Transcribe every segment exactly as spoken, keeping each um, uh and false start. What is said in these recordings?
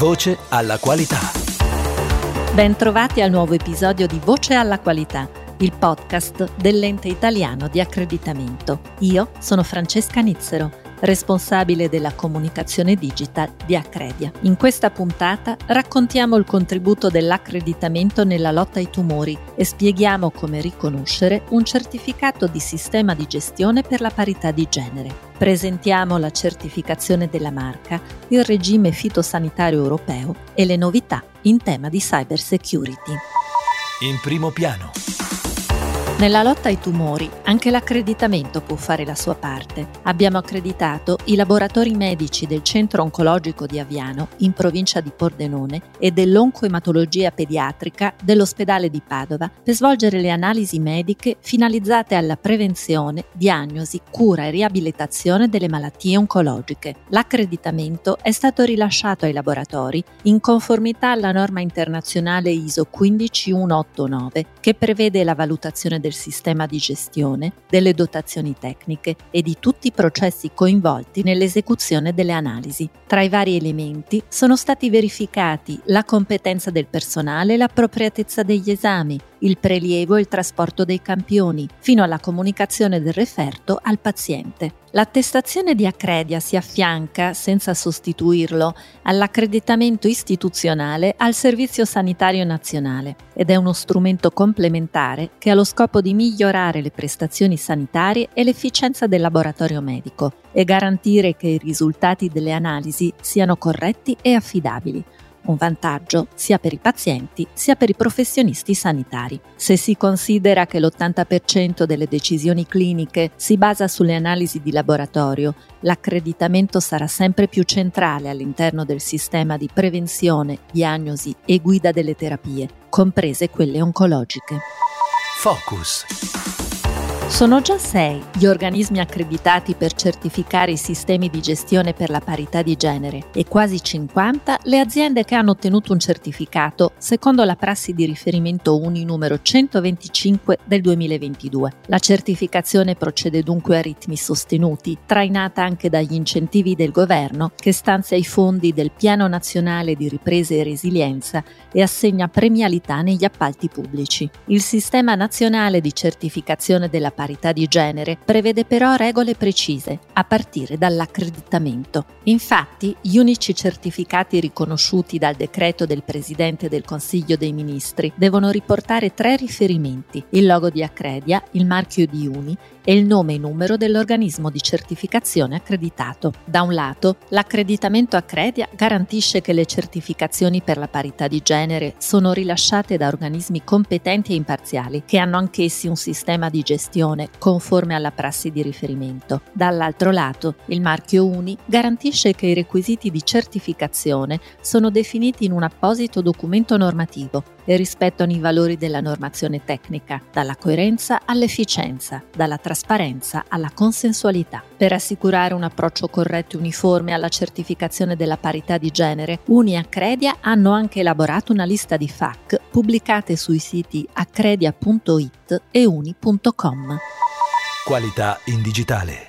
Voce alla qualità. Bentrovati al nuovo episodio di Voce alla qualità, il podcast dell'Ente Italiano di Accreditamento. Io sono Francesca Nizzero, responsabile della comunicazione digital di Accredia. In questa puntata raccontiamo il contributo dell'accreditamento nella lotta ai tumori e spieghiamo come riconoscere un certificato di sistema di gestione per la parità di genere. Presentiamo la certificazione della marca, il regime fitosanitario europeo e le novità in tema di cyber security. In primo piano. Nella lotta ai tumori, anche l'accreditamento può fare la sua parte. Abbiamo accreditato i laboratori medici del Centro Oncologico di Aviano, in provincia di Pordenone, e dell'oncoematologia pediatrica dell'ospedale di Padova per svolgere le analisi mediche finalizzate alla prevenzione, diagnosi, cura e riabilitazione delle malattie oncologiche. L'accreditamento è stato rilasciato ai laboratori in conformità alla norma internazionale I S O uno cinque uno otto nove, che prevede la valutazione del del sistema di gestione, delle dotazioni tecniche e di tutti i processi coinvolti nell'esecuzione delle analisi. Tra i vari elementi sono stati verificati la competenza del personale e l'appropriatezza degli esami, il prelievo e il trasporto dei campioni, fino alla comunicazione del referto al paziente. L'attestazione di Accredia si affianca, senza sostituirlo, all'accreditamento istituzionale al Servizio Sanitario Nazionale ed è uno strumento complementare che ha lo scopo di migliorare le prestazioni sanitarie e l'efficienza del laboratorio medico e garantire che i risultati delle analisi siano corretti e affidabili. Un vantaggio sia per i pazienti sia per i professionisti sanitari. Se si considera che l'ottanta per cento delle decisioni cliniche si basa sulle analisi di laboratorio, l'accreditamento sarà sempre più centrale all'interno del sistema di prevenzione, diagnosi e guida delle terapie, comprese quelle oncologiche. Focus. Sono già sei gli organismi accreditati per certificare i sistemi di gestione per la parità di genere e quasi cinquanta le aziende che hanno ottenuto un certificato secondo la prassi di riferimento U N I numero centoventicinque del duemilaventidue. La certificazione procede dunque a ritmi sostenuti, trainata anche dagli incentivi del governo che stanzia i fondi del Piano Nazionale di Ripresa e Resilienza e assegna premialità negli appalti pubblici. Il Sistema Nazionale di Certificazione della parità di genere prevede però regole precise, a partire dall'accreditamento. Infatti, gli unici certificati riconosciuti dal decreto del Presidente del Consiglio dei Ministri devono riportare tre riferimenti: il logo di Accredia, il marchio di U N I e il nome e numero dell'organismo di certificazione accreditato. Da un lato, l'accreditamento Accredia garantisce che le certificazioni per la parità di genere sono rilasciate da organismi competenti e imparziali, che hanno anch'essi un sistema di gestione conforme alla prassi di riferimento. Dall'altro lato, il marchio U N I garantisce che i requisiti di certificazione sono definiti in un apposito documento normativo e rispettano i valori della normazione tecnica, dalla coerenza all'efficienza, dalla trasparenza alla consensualità. Per assicurare un approccio corretto e uniforme alla certificazione della parità di genere, U N I e Accredia hanno anche elaborato una lista di F A Q pubblicate sui siti accredia punto it e uni punto com. Qualità in digitale.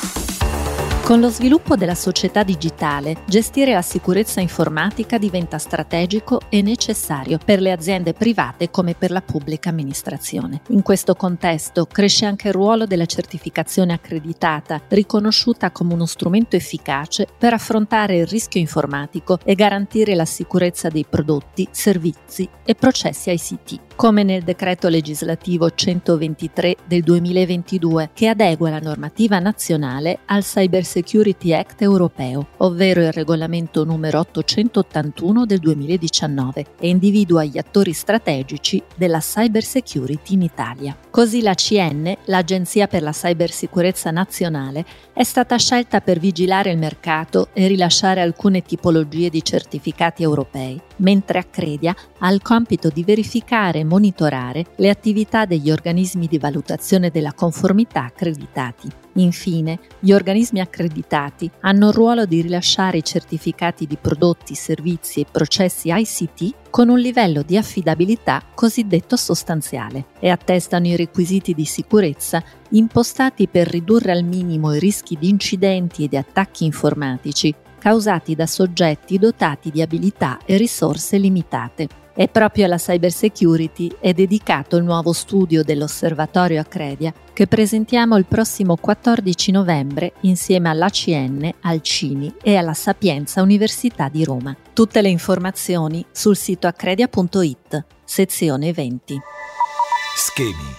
Con lo sviluppo della società digitale, gestire la sicurezza informatica diventa strategico e necessario per le aziende private come per la pubblica amministrazione. In questo contesto cresce anche il ruolo della certificazione accreditata, riconosciuta come uno strumento efficace per affrontare il rischio informatico e garantire la sicurezza dei prodotti, servizi e processi I C T. Come nel decreto legislativo centoventitré del duemilaventidue, che adegua la normativa nazionale al Cyber Security Act europeo, ovvero il regolamento numero ottocentottantuno del duemiladiciannove, e individua gli attori strategici della cyber security in Italia. Così la C N, l'Agenzia per la Cybersicurezza Nazionale, è stata scelta per vigilare il mercato e rilasciare alcune tipologie di certificati europei, mentre Accredia ha il compito di verificare e monitorare le attività degli organismi di valutazione della conformità accreditati. Infine, gli organismi accreditati hanno il ruolo di rilasciare i certificati di prodotti, servizi e processi I C T con un livello di affidabilità cosiddetto sostanziale e attestano i requisiti di sicurezza impostati per ridurre al minimo i rischi di incidenti e di attacchi informatici, causati da soggetti dotati di abilità e risorse limitate. E proprio alla cybersecurity è dedicato il nuovo studio dell'Osservatorio Accredia che presentiamo il prossimo quattordici novembre insieme all'A C N, al Cini e alla Sapienza Università di Roma. Tutte le informazioni sul sito accredia punto it, sezione eventi. Schemi.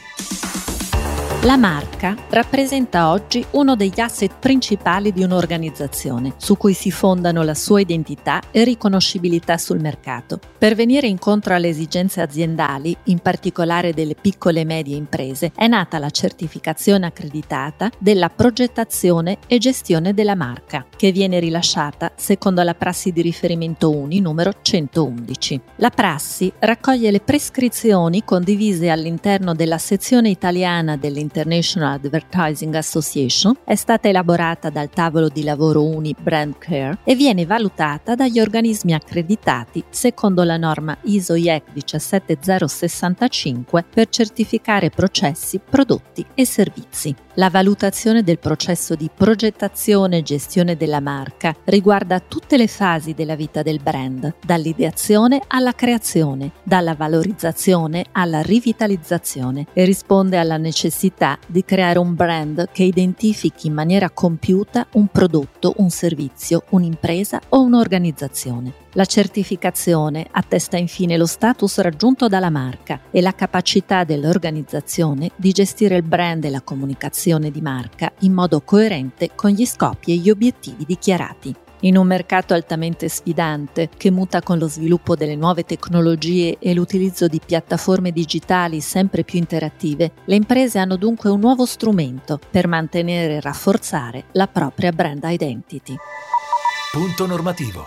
La marca rappresenta oggi uno degli asset principali di un'organizzazione, su cui si fondano la sua identità e riconoscibilità sul mercato. Per venire incontro alle esigenze aziendali, in particolare delle piccole e medie imprese, è nata la certificazione accreditata della progettazione e gestione della marca, che viene rilasciata secondo la prassi di riferimento U N I numero centoundici. La prassi raccoglie le prescrizioni condivise all'interno della sezione italiana dell'International Advertising Association, è stata elaborata dal tavolo di lavoro U N I Brand Care e viene valutata dagli organismi accreditati secondo la norma I S O I E C diciassettemilasei sessantacinque per certificare processi, prodotti e servizi. La valutazione del processo di progettazione e gestione della marca riguarda tutte le fasi della vita del brand, dall'ideazione alla creazione, dalla valorizzazione alla rivitalizzazione, e risponde alla necessità di creare un brand che identifichi in maniera compiuta un prodotto, un servizio, un'impresa o un'organizzazione. La certificazione attesta infine lo status raggiunto dalla marca e la capacità dell'organizzazione di gestire il brand e la comunicazione di marca in modo coerente con gli scopi e gli obiettivi dichiarati. In un mercato altamente sfidante, che muta con lo sviluppo delle nuove tecnologie e l'utilizzo di piattaforme digitali sempre più interattive, le imprese hanno dunque un nuovo strumento per mantenere e rafforzare la propria brand identity. Punto normativo.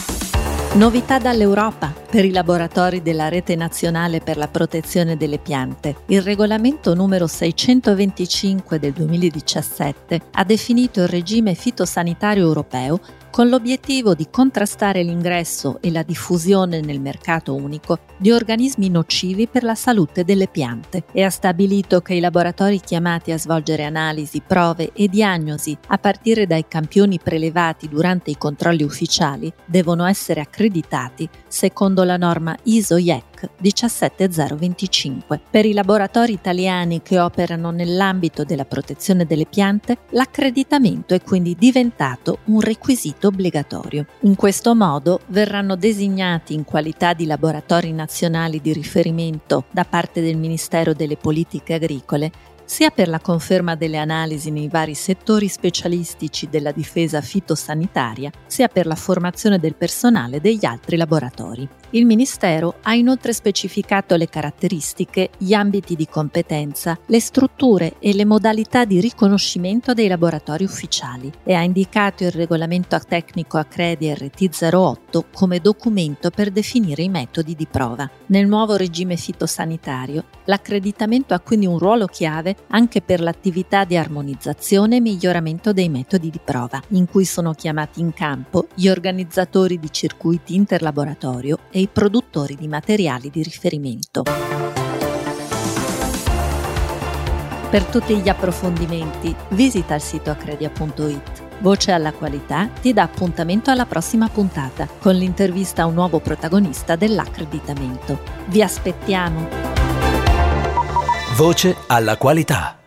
Novità dall'Europa per i laboratori della Rete Nazionale per la Protezione delle Piante. Il regolamento numero seicentoventicinque del duemiladiciassette ha definito il regime fitosanitario europeo con l'obiettivo di contrastare l'ingresso e la diffusione nel mercato unico di organismi nocivi per la salute delle piante e ha stabilito che i laboratori chiamati a svolgere analisi, prove e diagnosi a partire dai campioni prelevati durante i controlli ufficiali devono essere accreditati secondo la norma I S O I E C diciassettemilasei venticinque. Per i laboratori italiani che operano nell'ambito della protezione delle piante, l'accreditamento è quindi diventato un requisito obbligatorio. In questo modo verranno designati in qualità di laboratori nazionali di riferimento da parte del Ministero delle Politiche Agricole sia per la conferma delle analisi nei vari settori specialistici della difesa fitosanitaria, sia per la formazione del personale degli altri laboratori. Il Ministero ha inoltre specificato le caratteristiche, gli ambiti di competenza, le strutture e le modalità di riconoscimento dei laboratori ufficiali e ha indicato il regolamento tecnico Accredia R T zero otto come documento per definire i metodi di prova. Nel nuovo regime fitosanitario, l'accreditamento ha quindi un ruolo chiave anche per l'attività di armonizzazione e miglioramento dei metodi di prova, in cui sono chiamati in campo gli organizzatori di circuiti interlaboratorio e i produttori di materiali di riferimento. Per tutti gli approfondimenti visita il sito accredia punto it. Voce alla Qualità ti dà appuntamento alla prossima puntata con l'intervista a un nuovo protagonista dell'accreditamento. Vi aspettiamo! Voce alla Qualità.